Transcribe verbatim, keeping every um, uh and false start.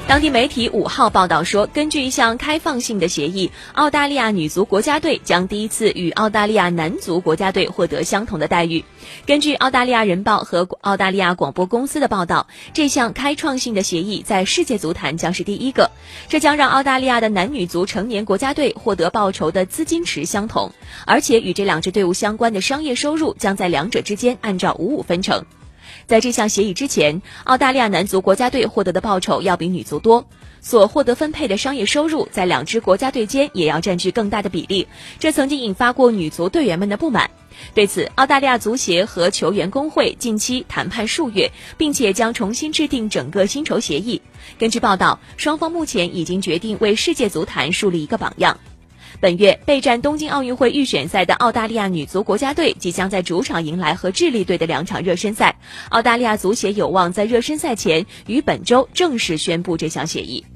当地媒体五号报道说，根据一项开放性的协议，澳大利亚女足国家队将第一次与澳大利亚男足国家队获得相同的待遇。根据澳大利亚人报和澳大利亚广播公司的报道，这项开创性的协议在世界足坛将是第一个，这将让澳大利亚的男女足成年国家队获得报酬的资金池相同，而且与这两支队伍相关的商业收入将在两者之间按照五五分成。在这项协议之前，澳大利亚男足国家队获得的报酬要比女足多，所获得分配的商业收入在两支国家队间也要占据更大的比例，这曾经引发过女足队员们的不满。对此，澳大利亚足协和球员工会近期谈判数月，并且将重新制定整个薪酬协议。根据报道，双方目前已经决定为世界足坛树立一个榜样。本月备战东京奥运会预选赛的澳大利亚女足国家队即将在主场迎来和智利队的两场热身赛，澳大利亚足协有望在热身赛前于本周正式宣布这项协议。